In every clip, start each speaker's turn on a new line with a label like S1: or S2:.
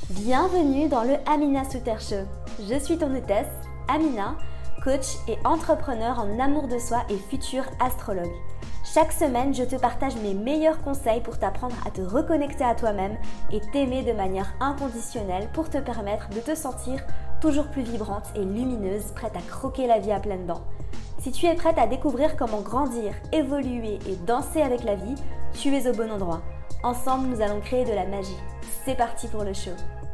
S1: Bienvenue dans le Amina Souter Show. Je suis ton hôtesse, Amina, coach et entrepreneur en amour de soi et futur astrologue. Chaque semaine, je te partage mes meilleurs conseils pour t'apprendre à te reconnecter à toi-même et t'aimer de manière inconditionnelle pour te permettre de te sentir toujours plus vibrante et lumineuse, prête à croquer la vie à pleines dents. Si tu es prête à découvrir comment grandir, évoluer et danser avec la vie, tu es au bon endroit. Ensemble, nous allons créer de la magie. C'est parti pour le show.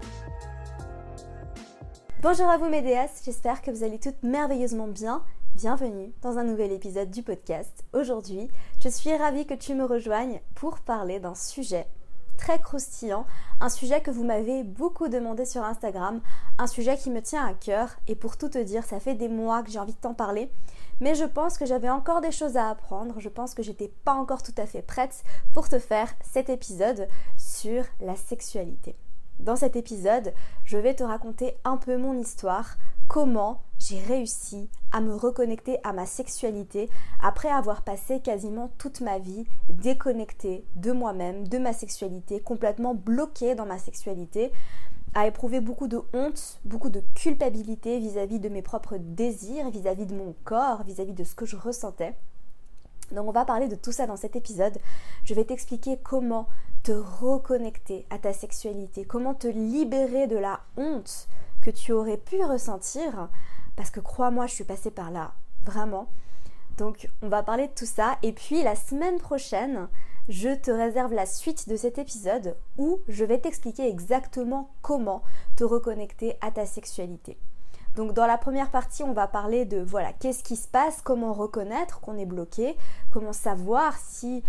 S1: Bonjour à vous mes déesses, j'espère que vous allez toutes merveilleusement bien. Bienvenue dans un nouvel épisode du podcast. Aujourd'hui, je suis ravie que tu me rejoignes pour parler d'un sujet très croustillant, un sujet que vous m'avez beaucoup demandé sur Instagram, un sujet qui me tient à cœur et pour tout te dire, ça fait des mois que j'ai envie de t'en parler, mais je pense que j'avais encore des choses à apprendre, je pense que j'étais pas encore tout à fait prête pour te faire cet épisode sur la sexualité. Dans cet épisode, je vais te raconter un peu mon histoire, comment j'ai réussi à me reconnecter à ma sexualité après avoir passé quasiment toute ma vie déconnectée de moi-même, de ma sexualité, complètement bloquée dans ma sexualité, à éprouver beaucoup de honte, beaucoup de culpabilité vis-à-vis de mes propres désirs, vis-à-vis de mon corps, vis-à-vis de ce que je ressentais. Donc on va parler de tout ça dans cet épisode. Je vais t'expliquer comment te reconnecter à ta sexualité, comment te libérer de la honte que tu aurais pu ressentir, parce que crois-moi, je suis passée par là, vraiment. Donc on va parler de tout ça, et puis la semaine prochaine, je te réserve la suite de cet épisode où je vais t'expliquer exactement comment te reconnecter à ta sexualité. Donc dans la première partie, on va parler de voilà, qu'est-ce qui se passe, comment reconnaître qu'on est bloqué, comment savoir si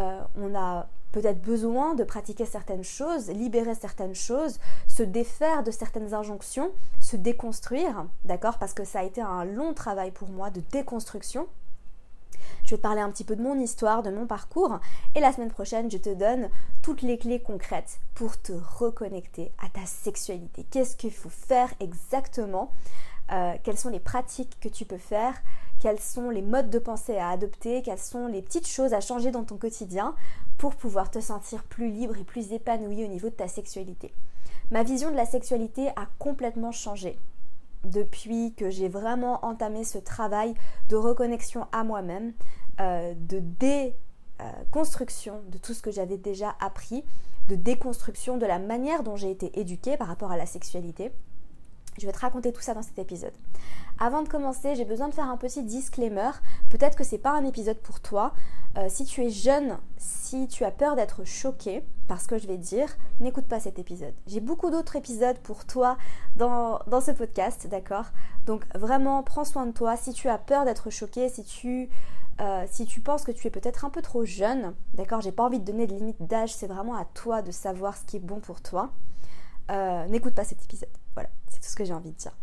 S1: on a peut-être besoin de pratiquer certaines choses, libérer certaines choses, se défaire de certaines injonctions, se déconstruire, d'accord ? Parce que ça a été un long travail pour moi de déconstruction. Je vais te parler un petit peu de mon histoire, de mon parcours, et la semaine prochaine, je te donne toutes les clés concrètes pour te reconnecter à ta sexualité. Qu'est-ce qu'il faut faire exactement ? Quelles sont les pratiques que tu peux faire ? Quels sont les modes de pensée à adopter ? Quelles sont les petites choses à changer dans ton quotidien pour pouvoir te sentir plus libre et plus épanoui au niveau de ta sexualité ? Ma vision de la sexualité a complètement changé depuis que j'ai vraiment entamé ce travail de reconnexion à moi-même, de déconstruction de tout ce que j'avais déjà appris, de déconstruction de la manière dont j'ai été éduquée par rapport à la sexualité. Je vais te raconter tout ça dans cet épisode. Avant de commencer, j'ai besoin de faire un petit disclaimer. Peut-être que c'est pas un épisode pour toi. Si tu es jeune, si tu as peur d'être choqué par ce que je vais dire, n'écoute pas cet épisode. J'ai beaucoup d'autres épisodes pour toi dans ce podcast, d'accord ? Donc vraiment, prends soin de toi. Si tu as peur d'être choqué, si tu penses que tu es peut-être un peu trop jeune, d'accord ? J'ai pas envie de donner de limite d'âge, c'est vraiment à toi de savoir ce qui est bon pour toi. N'écoute pas cet épisode. Voilà, c'est tout ce que j'ai envie de dire.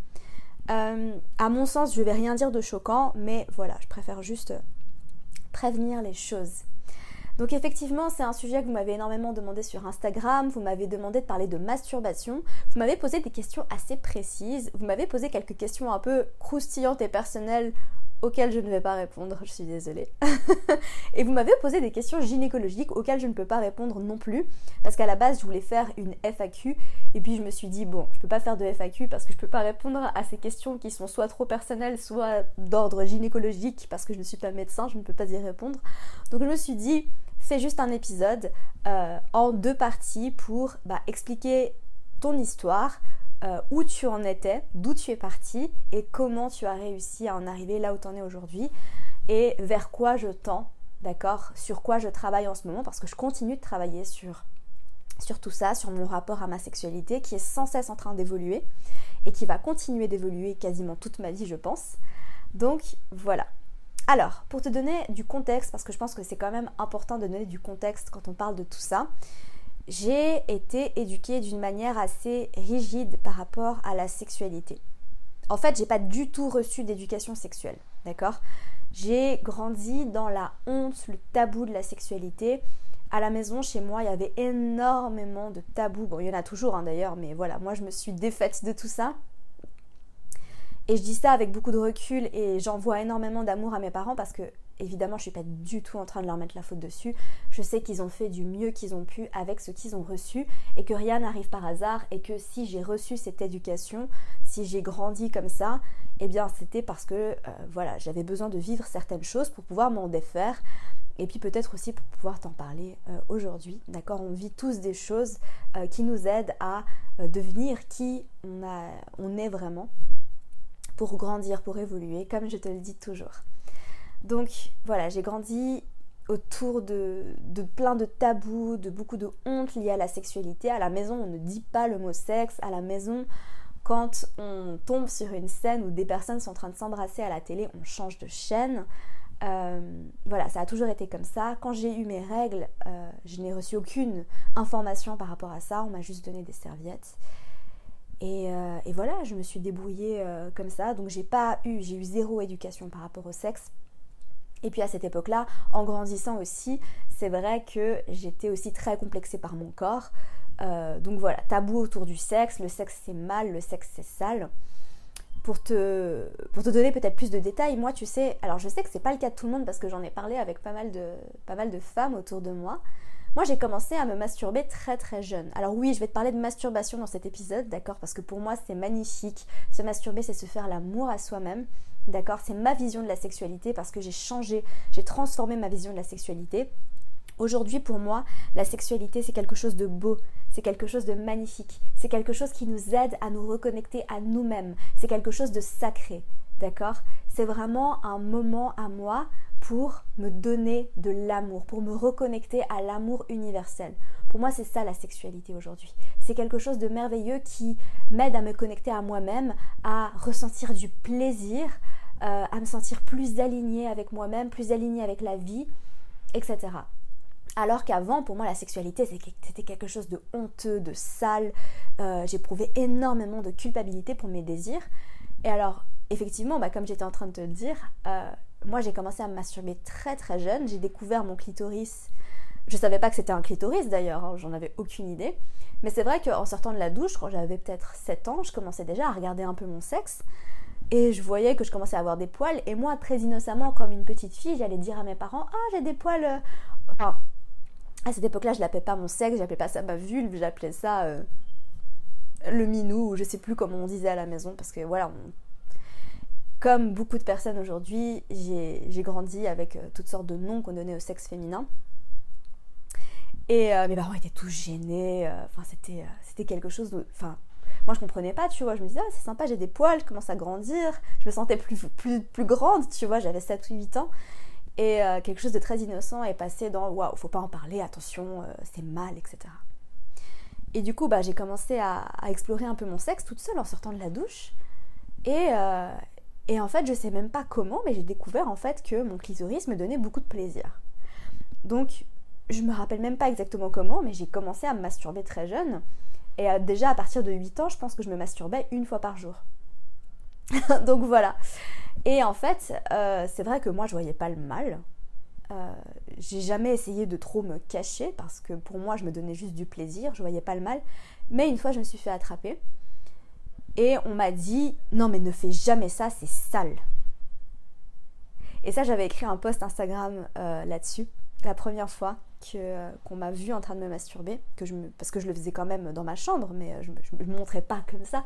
S1: À mon sens, je vais rien dire de choquant, mais voilà, je préfère juste prévenir les choses. Donc effectivement, c'est un sujet que vous m'avez énormément demandé sur Instagram, vous m'avez demandé de parler de masturbation, vous m'avez posé des questions assez précises, vous m'avez posé quelques questions un peu croustillantes et personnelles auxquelles je ne vais pas répondre, je suis désolée. Et vous m'avez posé des questions gynécologiques auxquelles je ne peux pas répondre non plus, parce qu'à la base, je voulais faire une FAQ, et puis je me suis dit, bon, je peux pas faire de FAQ parce que je peux pas répondre à ces questions qui sont soit trop personnelles, soit d'ordre gynécologique, parce que je ne suis pas médecin, je ne peux pas y répondre. Donc je me suis dit, fais juste un épisode en 2 parties pour expliquer ton histoire, où tu en étais, d'où tu es parti et comment tu as réussi à en arriver là où tu en es aujourd'hui et vers quoi je tends, d'accord, sur quoi je travaille en ce moment, parce que je continue de travailler sur tout ça, sur mon rapport à ma sexualité qui est sans cesse en train d'évoluer et qui va continuer d'évoluer quasiment toute ma vie, je pense. Donc voilà. Alors, pour te donner du contexte, parce que je pense que c'est quand même important de donner du contexte quand on parle de tout ça, j'ai été éduquée d'une manière assez rigide par rapport à la sexualité. En fait, j'ai pas du tout reçu d'éducation sexuelle, d'accord ? J'ai grandi dans la honte, le tabou de la sexualité. À la maison, chez moi, il y avait énormément de tabous. Bon, il y en a toujours d'ailleurs, mais voilà, moi je me suis défaite de tout ça. Et je dis ça avec beaucoup de recul et j'envoie énormément d'amour à mes parents parce que évidemment je suis pas du tout en train de leur mettre la faute dessus, je sais qu'ils ont fait du mieux qu'ils ont pu avec ce qu'ils ont reçu et que rien n'arrive par hasard et que si j'ai reçu cette éducation, si j'ai grandi comme ça, eh bien c'était parce que voilà, j'avais besoin de vivre certaines choses pour pouvoir m'en défaire et puis peut-être aussi pour pouvoir t'en parler aujourd'hui, d'accord. On vit tous des choses qui nous aident à devenir qui on est vraiment, pour grandir, pour évoluer, comme je te le dis toujours. Donc voilà, j'ai grandi autour de plein de tabous, de beaucoup de honte liée à la sexualité. À la maison, on ne dit pas le mot sexe. À la maison, quand on tombe sur une scène où des personnes sont en train de s'embrasser à la télé, on change de chaîne. Voilà, ça a toujours été comme ça. Quand j'ai eu mes règles, je n'ai reçu aucune information par rapport à ça. On m'a juste donné des serviettes. Et voilà, je me suis débrouillée comme ça. Donc j'ai eu zéro éducation par rapport au sexe. Et puis à cette époque-là, en grandissant aussi, c'est vrai que j'étais aussi très complexée par mon corps. Donc voilà, tabou autour du sexe. Le sexe c'est mal, le sexe c'est sale. Pour te donner peut-être plus de détails, moi tu sais, alors je sais que c'est pas le cas de tout le monde parce que j'en ai parlé avec pas mal de femmes autour de moi. Moi j'ai commencé à me masturber très très jeune. Alors oui, je vais te parler de masturbation dans cet épisode, d'accord, parce que pour moi c'est magnifique. Se masturber, c'est se faire l'amour à soi-même, d'accord. C'est ma vision de la sexualité parce que j'ai transformé ma vision de la sexualité. Aujourd'hui, pour moi, la sexualité, c'est quelque chose de beau, c'est quelque chose de magnifique, c'est quelque chose qui nous aide à nous reconnecter à nous-mêmes, c'est quelque chose de sacré, d'accord. C'est vraiment un moment à moi pour me donner de l'amour, pour me reconnecter à l'amour universel. Pour moi, c'est ça la sexualité aujourd'hui. C'est quelque chose de merveilleux qui m'aide à me connecter à moi-même, à ressentir du plaisir, à me sentir plus alignée avec moi-même, plus alignée avec la vie, etc. Alors qu'avant, pour moi, la sexualité, c'était quelque chose de honteux, de sale. J'éprouvais énormément de culpabilité pour mes désirs. Et alors, effectivement, comme j'étais en train de te le dire, moi, j'ai commencé à me masturber très très jeune. J'ai découvert mon clitoris. Je ne savais pas que c'était un clitoris d'ailleurs, hein, j'en avais aucune idée. Mais c'est vrai qu'en sortant de la douche, quand j'avais peut-être 7 ans, je commençais déjà à regarder un peu mon sexe. Et je voyais que je commençais à avoir des poils. Et moi, très innocemment, comme une petite fille, j'allais dire à mes parents « Ah, j'ai des poils... Enfin, à cette époque-là, je l'appelais pas mon sexe, j'appelais pas ça ma vulve, j'appelais ça le minou, ou je sais plus comment on disait à la maison, parce que voilà, comme beaucoup de personnes aujourd'hui, j'ai grandi avec toutes sortes de noms qu'on donnait au sexe féminin. Et mes parents étaient tous gênés, c'était quelque chose de... Moi je comprenais pas, tu vois, je me disais, ah c'est sympa, j'ai des poils, je commence à grandir, je me sentais plus grande, tu vois, j'avais 7 ou 8 ans. Et quelque chose de très innocent est passé dans « Waouh, faut pas en parler, attention, c'est mal, etc. » Et du coup, j'ai commencé à explorer un peu mon sexe toute seule en sortant de la douche. Et en fait, je sais même pas comment, mais j'ai découvert en fait que mon clitoris me donnait beaucoup de plaisir. Donc, je me rappelle même pas exactement comment, mais j'ai commencé à me masturber très jeune. Et déjà, à partir de 8 ans, je pense que je me masturbais 1 fois par jour. Donc voilà. Et en fait, c'est vrai que moi je voyais pas le mal. J'ai jamais essayé de trop me cacher parce que pour moi je me donnais juste du plaisir, je voyais pas le mal. Mais une fois je me suis fait attraper et on m'a dit non mais ne fais jamais ça, c'est sale. Et ça j'avais écrit un post Instagram là-dessus la première fois qu'on m'a vu en train de me masturber, parce que je le faisais quand même dans ma chambre, mais je me montrais pas comme ça.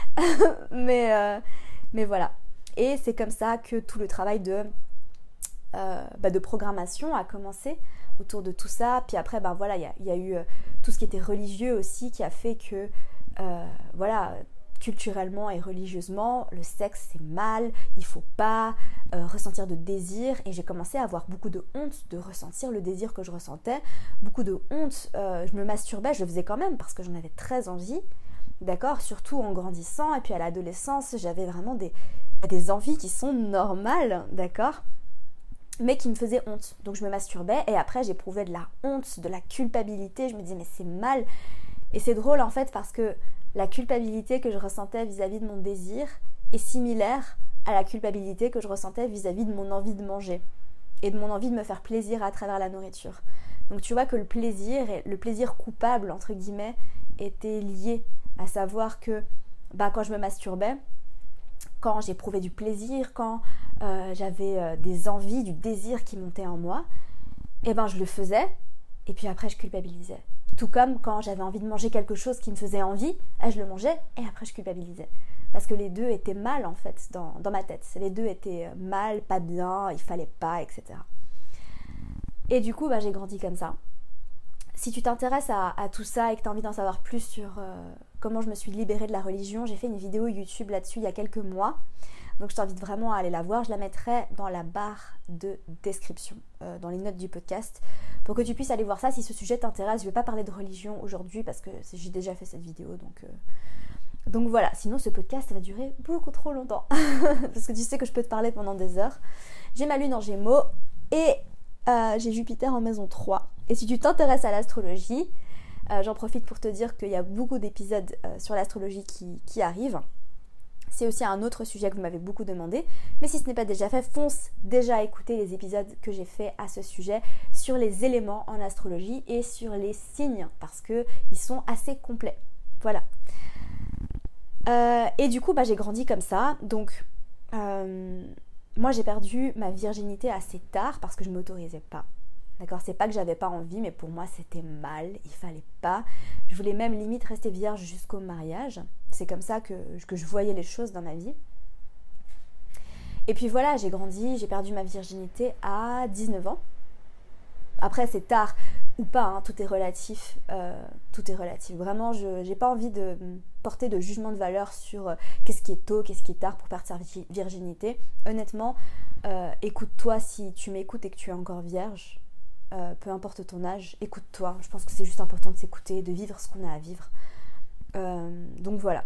S1: mais voilà. Et c'est comme ça que tout le travail de programmation a commencé autour de tout ça. Puis après, voilà, il y a eu tout ce qui était religieux aussi qui a fait que, voilà, culturellement et religieusement, le sexe c'est mal, il faut pas ressentir de désir. Et j'ai commencé à avoir beaucoup de honte de ressentir le désir que je ressentais. Beaucoup de honte, je me masturbais, je le faisais quand même parce que j'en avais très envie. D'accord, surtout en grandissant, et puis à l'adolescence, j'avais vraiment des envies qui sont normales, d'accord, mais qui me faisaient honte. Donc je me masturbais, et après j'éprouvais de la honte, de la culpabilité, je me disais mais c'est mal. Et c'est drôle en fait parce que la culpabilité que je ressentais vis-à-vis de mon désir est similaire à la culpabilité que je ressentais vis-à-vis de mon envie de manger et de mon envie de me faire plaisir à travers la nourriture. Donc tu vois que le plaisir coupable, entre guillemets, était lié. À savoir que quand je me masturbais, quand j'éprouvais du plaisir, quand j'avais des envies, du désir qui montait en moi, et ben je le faisais, et puis après je culpabilisais. Tout comme quand j'avais envie de manger quelque chose qui me faisait envie, je le mangeais, et après je culpabilisais. Parce que les deux étaient mal en fait dans ma tête. Les deux étaient mal, pas bien, il fallait pas, etc. Et du coup, j'ai grandi comme ça. Si tu t'intéresses à tout ça et que tu as envie d'en savoir plus sur comment je me suis libérée de la religion, j'ai fait une vidéo YouTube là-dessus il y a quelques mois. Donc je t'invite vraiment à aller la voir. Je la mettrai dans la barre de description, dans les notes du podcast, pour que tu puisses aller voir ça si ce sujet t'intéresse. Je ne vais pas parler de religion aujourd'hui parce que j'ai déjà fait cette vidéo. Donc voilà, sinon ce podcast va durer beaucoup trop longtemps. Parce que tu sais que je peux te parler pendant des heures. J'ai ma lune en Gémeaux et j'ai Jupiter en maison 3. Et si tu t'intéresses à l'astrologie, j'en profite pour te dire qu'il y a beaucoup d'épisodes sur l'astrologie qui arrivent. C'est aussi un autre sujet que vous m'avez beaucoup demandé. Mais si ce n'est pas déjà fait, fonce déjà écouter les épisodes que j'ai fait à ce sujet sur les éléments en astrologie et sur les signes parce qu'ils sont assez complets. Voilà. Et du coup, j'ai grandi comme ça. Donc, moi, j'ai perdu ma virginité assez tard parce que je ne m'autorisais pas. D'accord, c'est pas que j'avais pas envie, mais pour moi c'était mal, il fallait pas. Je voulais même limite rester vierge jusqu'au mariage. C'est comme ça que je voyais les choses dans ma vie. Et puis voilà, j'ai grandi, j'ai perdu ma virginité à 19 ans. Après c'est tard ou pas, hein, tout est relatif. Vraiment, je n'ai pas envie de porter de jugement de valeur sur qu'est-ce qui est tôt, qu'est-ce qui est tard pour perdre sa virginité. Honnêtement, écoute-toi si tu m'écoutes et que tu es encore vierge. Peu importe ton âge, écoute-toi. Je pense que c'est juste important de s'écouter, de vivre ce qu'on a à vivre. Donc voilà.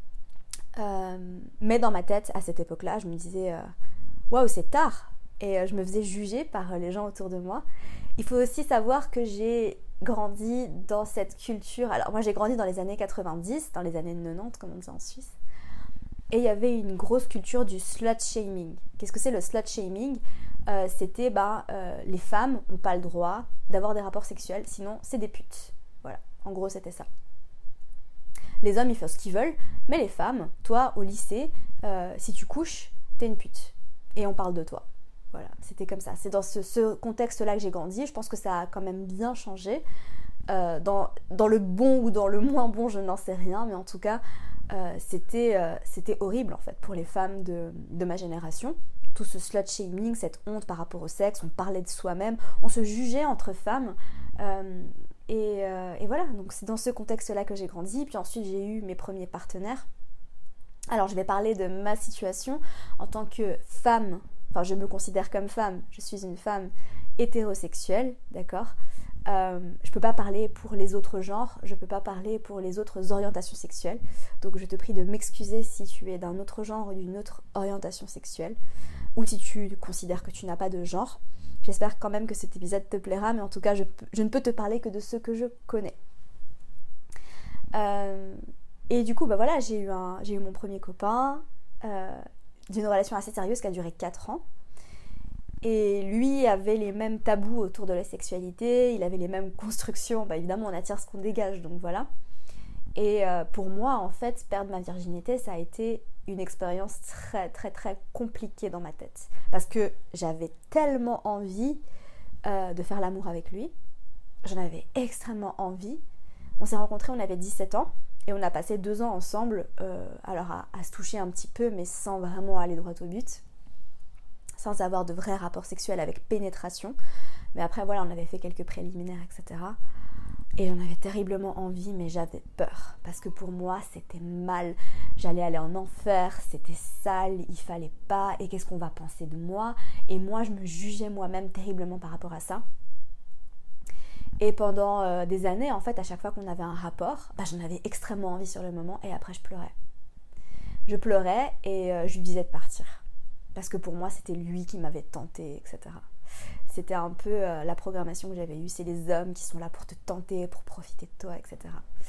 S1: Mais dans ma tête, à cette époque-là, je me disais waouh, c'est tard. Et je me faisais juger par les gens autour de moi. Il faut aussi savoir que j'ai grandi dans cette culture. Alors moi, j'ai grandi dans les années 90, dans les années 90, comme on dit en Suisse. Et il y avait une grosse culture du slut shaming. Qu'est-ce que c'est le slut shaming ? C'était les femmes n'ont pas le droit d'avoir des rapports sexuels, sinon c'est des putes. Voilà, en gros c'était ça. Les hommes ils font ce qu'ils veulent, mais les femmes, toi au lycée, si tu couches, t'es une pute. Et on parle de toi. Voilà, c'était comme ça. C'est dans ce contexte-là que j'ai grandi. Je pense que ça a quand même bien changé. Dans le bon ou dans le moins bon, je n'en sais rien, mais en tout cas, c'était horrible en fait pour les femmes de ma génération. Tout ce slut shaming, cette honte par rapport au sexe, on parlait de soi-même, on se jugeait entre femmes. Et voilà, donc c'est dans ce contexte-là que j'ai grandi. Puis ensuite, j'ai eu mes premiers partenaires. Alors, je vais parler de ma situation en tant que femme. Enfin, je me considère comme femme. Je suis une femme hétérosexuelle, d'accord ? Je peux pas parler pour les autres genres, je peux pas parler pour les autres orientations sexuelles. Donc, je te prie de m'excuser si tu es d'un autre genre ou d'une autre orientation sexuelle. Ou si tu considères que tu n'as pas de genre. J'espère quand même que cet épisode te plaira, mais en tout cas, je ne peux te parler que de ceux que je connais. Et du coup, voilà, j'ai eu mon premier copain d'une relation assez sérieuse qui a duré 4 ans. Et lui avait les mêmes tabous autour de la sexualité, il avait les mêmes constructions. Évidemment, on attire ce qu'on dégage, donc voilà. Et pour moi, en fait, perdre ma virginité, ça a été une expérience très très très compliquée dans ma tête parce que j'avais tellement envie de faire l'amour avec lui, j'en avais extrêmement envie. On s'est rencontrés, on avait 17 ans et on a passé 2 ans ensemble à se toucher un petit peu mais sans vraiment aller droit au but, sans avoir de vrais rapports sexuels avec pénétration, mais après voilà, on avait fait quelques préliminaires, etc. Et j'en avais terriblement envie, mais j'avais peur. Parce que pour moi, c'était mal. J'allais aller en enfer, c'était sale, il fallait pas. Et qu'est-ce qu'on va penser de moi ? Et moi, je me jugeais moi-même terriblement par rapport à ça. Et pendant des années, en fait, à chaque fois qu'on avait un rapport, j'en avais extrêmement envie sur le moment. Et après, je pleurais. Je pleurais et je lui disais de partir. Parce que pour moi, c'était lui qui m'avait tentée, etc. C'était un peu la programmation que j'avais eue. C'est les hommes qui sont là pour te tenter, pour profiter de toi, etc.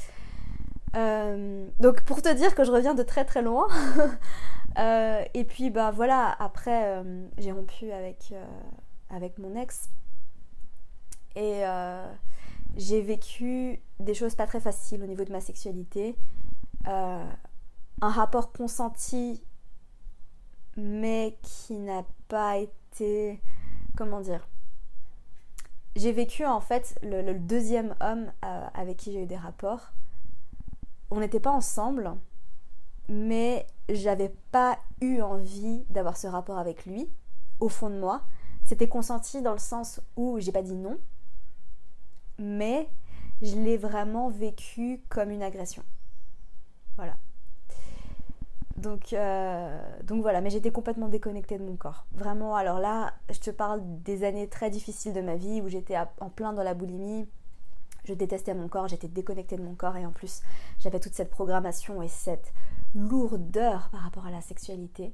S1: Donc pour te dire que je reviens de très très loin. Et puis voilà, après j'ai rompu avec mon ex. Et j'ai vécu des choses pas très faciles au niveau de ma sexualité. Un rapport consenti mais qui n'a pas été... Comment dire ? J'ai vécu en fait le deuxième homme avec qui j'ai eu des rapports. On n'était pas ensemble, mais j'avais pas eu envie d'avoir ce rapport avec lui, au fond de moi. C'était consenti dans le sens où j'ai pas dit non, mais je l'ai vraiment vécu comme une agression. Voilà. Donc voilà, mais j'étais complètement déconnectée de mon corps. Vraiment, alors là, je te parle des années très difficiles de ma vie où j'étais en plein dans la boulimie. Je détestais mon corps, j'étais déconnectée de mon corps et en plus, j'avais toute cette programmation et cette lourdeur par rapport à la sexualité.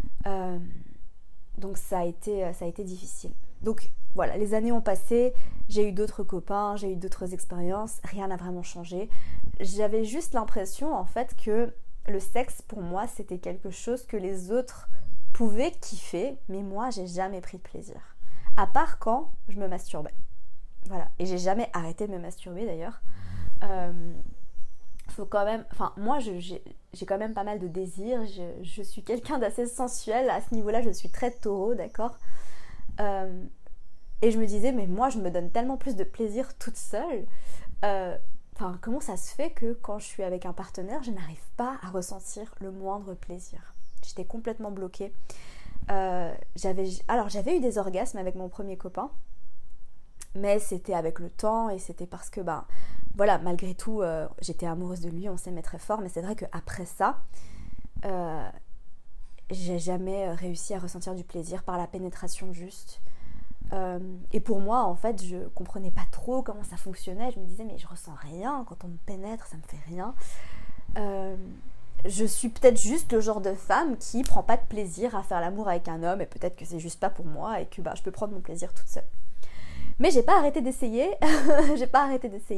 S1: Donc ça a été difficile. Donc voilà, les années ont passé, j'ai eu d'autres copains, j'ai eu d'autres expériences, rien n'a vraiment changé. J'avais juste l'impression en fait que le sexe pour moi c'était quelque chose que les autres pouvaient kiffer, mais moi j'ai jamais pris de plaisir. À part quand je me masturbais. Voilà, et j'ai jamais arrêté de me masturber d'ailleurs. Faut quand même, enfin moi j'ai quand même pas mal de désirs, je suis quelqu'un d'assez sensuel, à ce niveau-là je suis très taureau, d'accord. Et je me disais mais moi je me donne tellement plus de plaisir toute seule. Enfin, comment ça se fait que quand je suis avec un partenaire, je n'arrive pas à ressentir le moindre plaisir. J'étais complètement bloquée. J'avais eu des orgasmes avec mon premier copain, mais c'était avec le temps et c'était parce que, voilà, malgré tout, j'étais amoureuse de lui, on s'aimait très fort, mais c'est vrai qu'après ça, j'ai jamais réussi à ressentir du plaisir par la pénétration juste. Et pour moi en fait je comprenais pas trop comment ça fonctionnait, je me disais mais je ressens rien quand on me pénètre, ça me fait rien. Je suis peut-être juste le genre de femme qui prend pas de plaisir à faire l'amour avec un homme et peut-être que c'est juste pas pour moi et que je peux prendre mon plaisir toute seule. Mais j'ai pas arrêté d'essayer. J'ai pas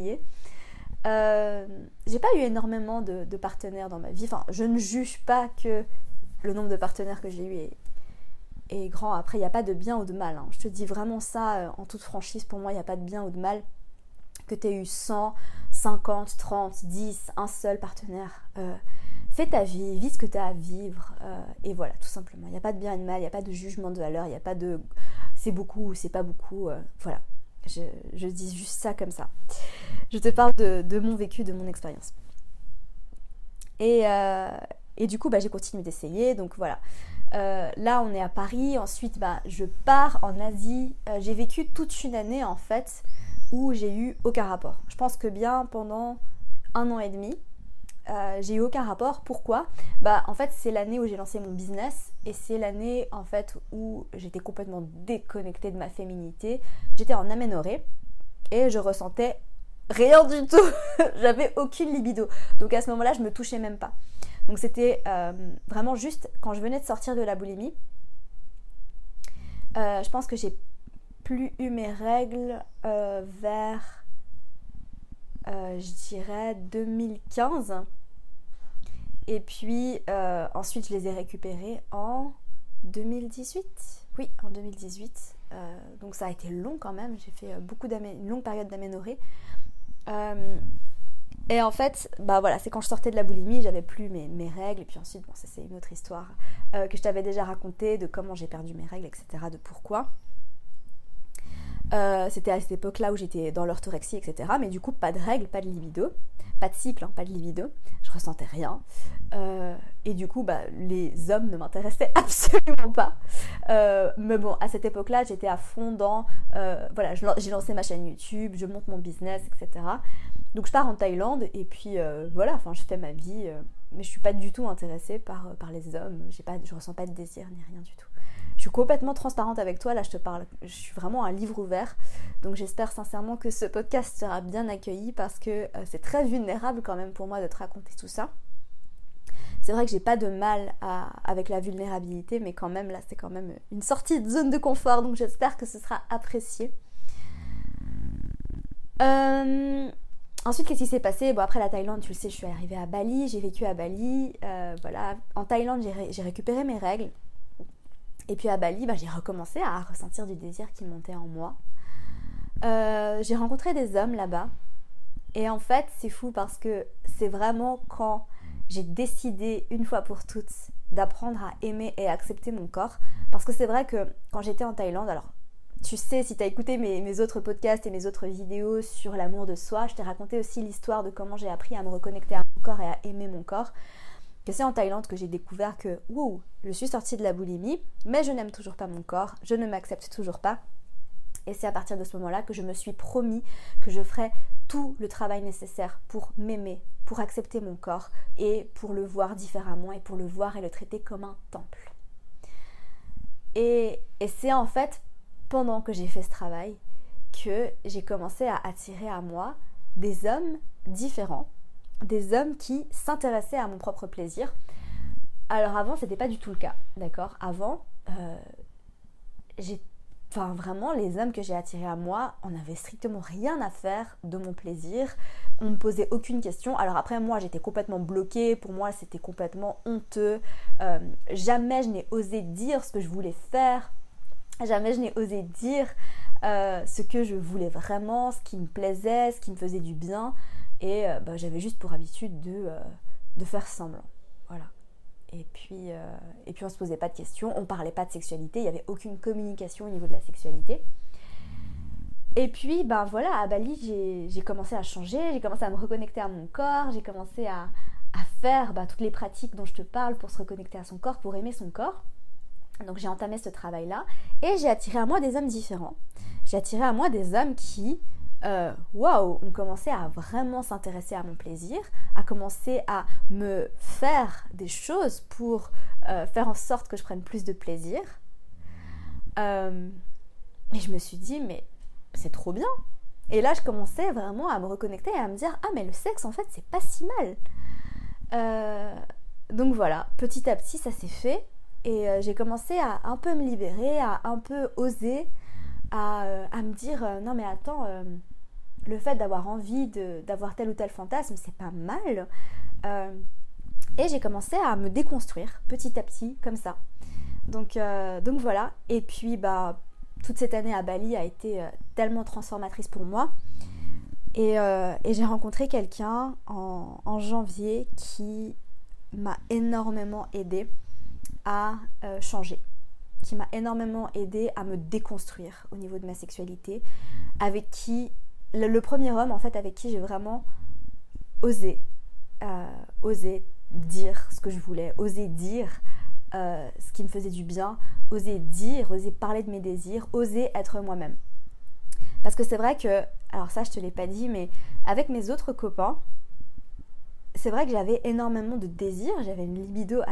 S1: eu énormément de partenaires dans ma vie, enfin je ne juge pas que le nombre de partenaires que j'ai eu est grand. Après, il n'y a pas de bien ou de mal, hein. Je te dis vraiment ça en toute franchise. Pour moi, il n'y a pas de bien ou de mal. Que tu aies eu 100, 50, 30, 10, un seul partenaire. Fais ta vie, vis ce que tu as à vivre. Et voilà, tout simplement. Il n'y a pas de bien et de mal, il n'y a pas de jugement de valeur, il n'y a pas de c'est beaucoup ou c'est pas beaucoup. Voilà, je dis juste ça comme ça. Je te parle de mon vécu, de mon expérience. Et du coup, j'ai continué d'essayer. Donc voilà. Là on est à Paris, ensuite je pars en Asie. J'ai vécu toute une année en fait où j'ai eu aucun rapport. Je pense que bien pendant 1 an et demi j'ai eu aucun rapport. Pourquoi ? En fait c'est l'année où j'ai lancé mon business et c'est l'année en fait où j'étais complètement déconnectée de ma féminité. J'étais en aménorrhée et je ressentais rien du tout. J'avais aucune libido, donc à ce moment là je me touchais même pas. Donc c'était vraiment juste quand je venais de sortir de la boulimie. Je pense que j'ai plus eu mes règles vers, je dirais, 2015. Et puis ensuite je les ai récupérées en 2018. Oui, en 2018. Donc ça a été long quand même. J'ai fait une longue période d'aménorrhée. Et en fait, voilà, c'est quand je sortais de la boulimie, j'avais plus mes règles. Et puis ensuite, ça c'est une autre histoire que je t'avais déjà racontée de comment j'ai perdu mes règles, etc., de pourquoi. C'était à cette époque-là où j'étais dans l'orthorexie, etc. Mais du coup, pas de règles, pas de libido, pas de cycle, pas de libido. Je ressentais rien. Et du coup, les hommes ne m'intéressaient absolument pas. Mais bon, à cette époque-là, j'étais à fond dans... voilà, j'ai lancé ma chaîne YouTube, je monte mon business, etc. Donc je pars en Thaïlande et puis voilà, je fais ma vie. Mais je suis pas du tout intéressée par les hommes. Je ressens pas de désir ni rien du tout. Je suis complètement transparente avec toi, là je te parle, je suis vraiment un livre ouvert, donc j'espère sincèrement que ce podcast sera bien accueilli parce que c'est très vulnérable quand même pour moi de te raconter tout ça. C'est vrai que j'ai pas de mal avec la vulnérabilité, mais quand même là c'est quand même une sortie de zone de confort, donc j'espère que ce sera apprécié. Ensuite, qu'est-ce qui s'est passé ? Après la Thaïlande, tu le sais, je suis arrivée à Bali, j'ai vécu à Bali, voilà. En Thaïlande, j'ai récupéré mes règles. Et puis à Bali, j'ai recommencé à ressentir du désir qui montait en moi. J'ai rencontré des hommes là-bas. Et en fait, c'est fou parce que c'est vraiment quand j'ai décidé une fois pour toutes d'apprendre à aimer et accepter mon corps. Parce que c'est vrai que quand j'étais en Thaïlande, alors tu sais, si tu as écouté mes autres podcasts et mes autres vidéos sur l'amour de soi, je t'ai raconté aussi l'histoire de comment j'ai appris à me reconnecter à mon corps et à aimer mon corps. Que c'est en Thaïlande que j'ai découvert que, wow, je suis sortie de la boulimie, mais je n'aime toujours pas mon corps, je ne m'accepte toujours pas. Et c'est à partir de ce moment-là que je me suis promis que je ferais tout le travail nécessaire pour m'aimer, pour accepter mon corps et pour le voir différemment et pour le voir et le traiter comme un temple. Et c'est en fait pendant que j'ai fait ce travail que j'ai commencé à attirer à moi des hommes différents, des hommes qui s'intéressaient à mon propre plaisir. Alors avant, c'était pas du tout le cas, d'accord ? Avant, vraiment, les hommes que j'ai attirés à moi, on n'avait strictement rien à faire de mon plaisir. On me posait aucune question. Alors après, moi, j'étais complètement bloquée. Pour moi, c'était complètement honteux. Jamais je n'ai osé dire ce que je voulais faire. Jamais je n'ai osé dire ce que je voulais vraiment, ce qui me plaisait, ce qui me faisait du bien. Et j'avais juste pour habitude de faire semblant. Voilà. Et puis on ne se posait pas de questions, on ne parlait pas de sexualité, il n'y avait aucune communication au niveau de la sexualité. Et puis, à Bali, j'ai commencé à changer, j'ai commencé à me reconnecter à mon corps, j'ai commencé à faire toutes les pratiques dont je te parle pour se reconnecter à son corps, pour aimer son corps. Donc j'ai entamé ce travail-là et j'ai attiré à moi des hommes différents. J'ai attiré à moi des hommes qui, ont commencé à vraiment s'intéresser à mon plaisir, à commencer à me faire des choses pour faire en sorte que je prenne plus de plaisir. Et je me suis dit, mais c'est trop bien. Et là, je commençais vraiment à me reconnecter et à me dire, ah mais le sexe, en fait, c'est pas si mal. Donc voilà, petit à petit, ça s'est fait. Et j'ai commencé à un peu me libérer, à un peu oser, à me dire, non mais attends, le fait d'avoir envie d'avoir tel ou tel fantasme, c'est pas mal. Et j'ai commencé à me déconstruire petit à petit, comme ça. Donc voilà. Et puis, toute cette année à Bali a été tellement transformatrice pour moi. Et j'ai rencontré quelqu'un en janvier qui m'a énormément aidée à changer, qui m'a énormément aidée à me déconstruire au niveau de ma sexualité, avec qui, le premier homme en fait avec qui j'ai vraiment osé dire ce que je voulais, osé dire ce qui me faisait du bien, oser parler de mes désirs, oser être moi-même. Parce que c'est vrai que, alors ça je te l'ai pas dit, mais avec mes autres copains, c'est vrai que j'avais énormément de désirs, j'avais une libido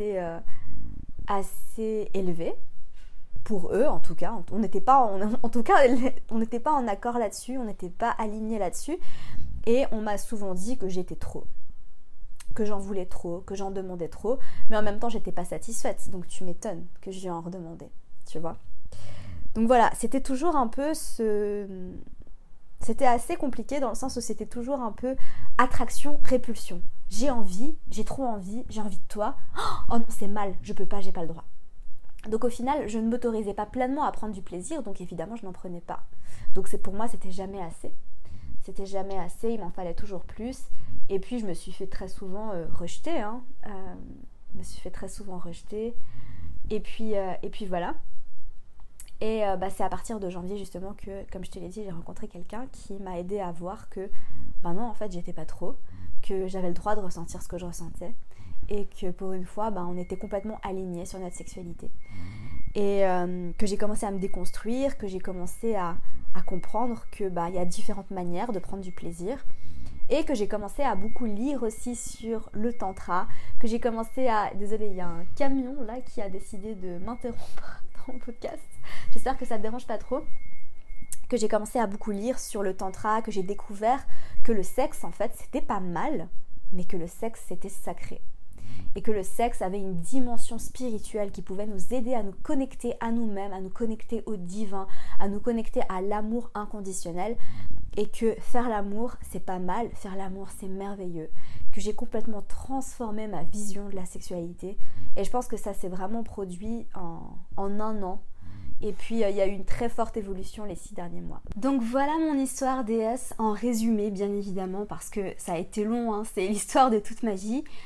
S1: assez élevée, pour eux en tout cas. On n'était pas en accord là-dessus, on n'était pas alignés là-dessus, et on m'a souvent dit que j'étais trop, que j'en voulais trop, que j'en demandais trop, mais en même temps j'étais pas satisfaite, donc tu m'étonnes que je lui en redemandais, tu vois. Donc voilà, c'était toujours un peu c'était assez compliqué dans le sens où c'était toujours un peu attraction-répulsion. J'ai envie, j'ai trop envie, j'ai envie de toi. Oh non, c'est mal, je peux pas, j'ai pas le droit. Donc au final, je ne m'autorisais pas pleinement à prendre du plaisir, donc évidemment, je n'en prenais pas. Donc pour moi, c'était jamais assez. C'était jamais assez, il m'en fallait toujours plus. Et puis, je me suis fait très souvent rejeter. Je me suis fait très souvent rejeter. Et puis voilà. Et c'est à partir de janvier justement que, comme je te l'ai dit, j'ai rencontré quelqu'un qui m'a aidé à voir que non, en fait j'étais pas trop, que j'avais le droit de ressentir ce que je ressentais et que pour une fois on était complètement alignés sur notre sexualité, et que j'ai commencé à me déconstruire, que j'ai commencé à comprendre que il y a différentes manières de prendre du plaisir, et que j'ai commencé à beaucoup lire aussi sur le tantra, que j'ai commencé à... Désolée, il y a un camion là qui a décidé de m'interrompre dans mon podcast. J'espère que ça ne te dérange pas trop. Que j'ai commencé à beaucoup lire sur le tantra, que j'ai découvert que le sexe, en fait, c'était pas mal, mais que le sexe, c'était sacré. Et que le sexe avait une dimension spirituelle qui pouvait nous aider à nous connecter à nous-mêmes, à nous connecter au divin, à nous connecter à l'amour inconditionnel. Et que faire l'amour, c'est pas mal, faire l'amour, c'est merveilleux. Que j'ai complètement transformé ma vision de la sexualité. Et je pense que ça s'est vraiment produit en un an. Et puis, il y a eu une très forte évolution les 6 derniers mois. Donc voilà mon histoire déesse, en résumé, bien évidemment, parce que ça a été long, c'est l'histoire de toute ma vie.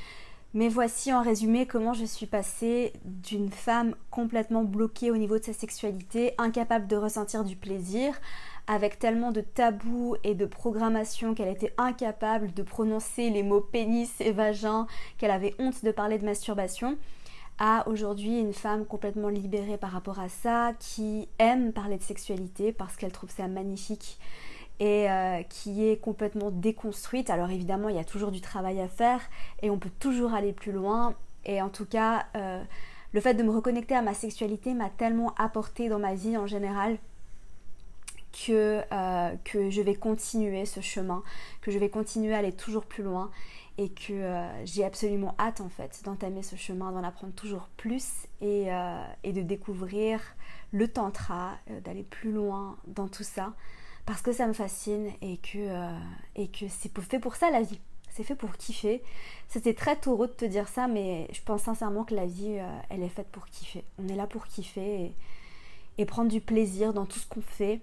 S1: Mais voici en résumé comment je suis passée d'une femme complètement bloquée au niveau de sa sexualité, incapable de ressentir du plaisir, avec tellement de tabous et de programmation qu'elle était incapable de prononcer les mots pénis et vagin, qu'elle avait honte de parler de masturbation, à aujourd'hui une femme complètement libérée par rapport à ça, qui aime parler de sexualité parce qu'elle trouve ça magnifique et qui est complètement déconstruite. Alors évidemment, il y a toujours du travail à faire et on peut toujours aller plus loin. Et en tout cas, le fait de me reconnecter à ma sexualité m'a tellement apporté dans ma vie en général que je vais continuer ce chemin, que je vais continuer à aller toujours plus loin et que j'ai absolument hâte en fait d'entamer ce chemin, d'en apprendre toujours plus et de découvrir le tantra, d'aller plus loin dans tout ça. Parce que ça me fascine et que c'est fait pour ça la vie. C'est fait pour kiffer. C'était très taureau de te dire ça, mais je pense sincèrement que la vie, elle est faite pour kiffer. On est là pour kiffer et prendre du plaisir dans tout ce qu'on fait.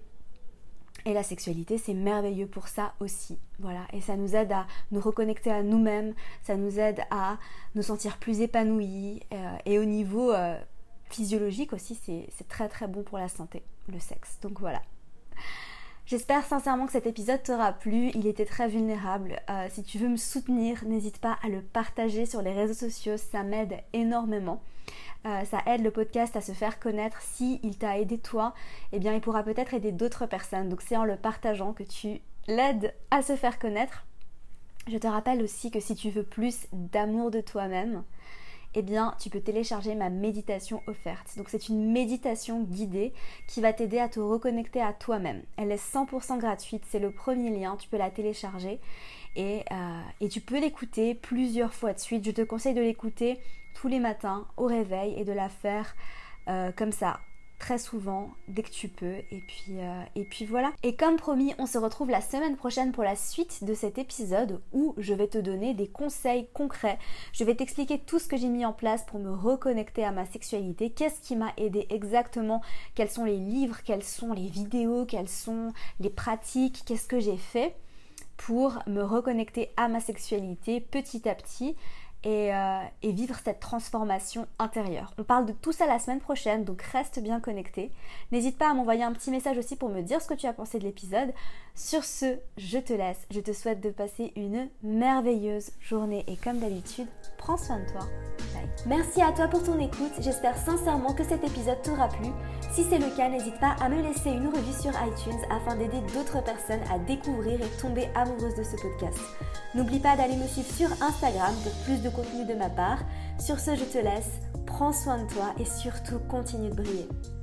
S1: Et la sexualité, c'est merveilleux pour ça aussi. Voilà. Et ça nous aide à nous reconnecter à nous-mêmes. Ça nous aide à nous sentir plus épanouis. Et au niveau physiologique aussi, c'est très très bon pour la santé, le sexe. Donc voilà. J'espère sincèrement que cet épisode t'aura plu, il était très vulnérable. Si tu veux me soutenir, n'hésite pas à le partager sur les réseaux sociaux, ça m'aide énormément. Ça aide le podcast à se faire connaître. Si il t'a aidé toi, eh bien il pourra peut-être aider d'autres personnes. Donc c'est en le partageant que tu l'aides à se faire connaître. Je te rappelle aussi que si tu veux plus d'amour de toi-même, eh bien tu peux télécharger ma méditation offerte. Donc c'est une méditation guidée qui va t'aider à te reconnecter à toi-même. Elle est 100% gratuite, c'est le premier lien, tu peux la télécharger et tu peux l'écouter plusieurs fois de suite. Je te conseille de l'écouter tous les matins au réveil et de la faire comme ça, très souvent, dès que tu peux, et puis voilà. Et comme promis, on se retrouve la semaine prochaine pour la suite de cet épisode où je vais te donner des conseils concrets. Je vais t'expliquer tout ce que j'ai mis en place pour me reconnecter à ma sexualité, qu'est-ce qui m'a aidé exactement, quels sont les livres, quelles sont les vidéos, quelles sont les pratiques, qu'est-ce que j'ai fait pour me reconnecter à ma sexualité petit à petit. Et vivre cette transformation intérieure. On parle de tout ça la semaine prochaine, donc reste bien connecté. N'hésite pas à m'envoyer un petit message aussi pour me dire ce que tu as pensé de l'épisode. Sur ce, je te laisse. Je te souhaite de passer une merveilleuse journée et comme d'habitude, prends soin de toi. Bye. Merci à toi pour ton écoute. J'espère sincèrement que cet épisode t'aura plu. Si c'est le cas, n'hésite pas à me laisser une review sur iTunes afin d'aider d'autres personnes à découvrir et tomber amoureuses de ce podcast. N'oublie pas d'aller me suivre sur Instagram pour plus de contenu de ma part. Sur ce, je te laisse. Prends soin de toi et surtout continue de briller.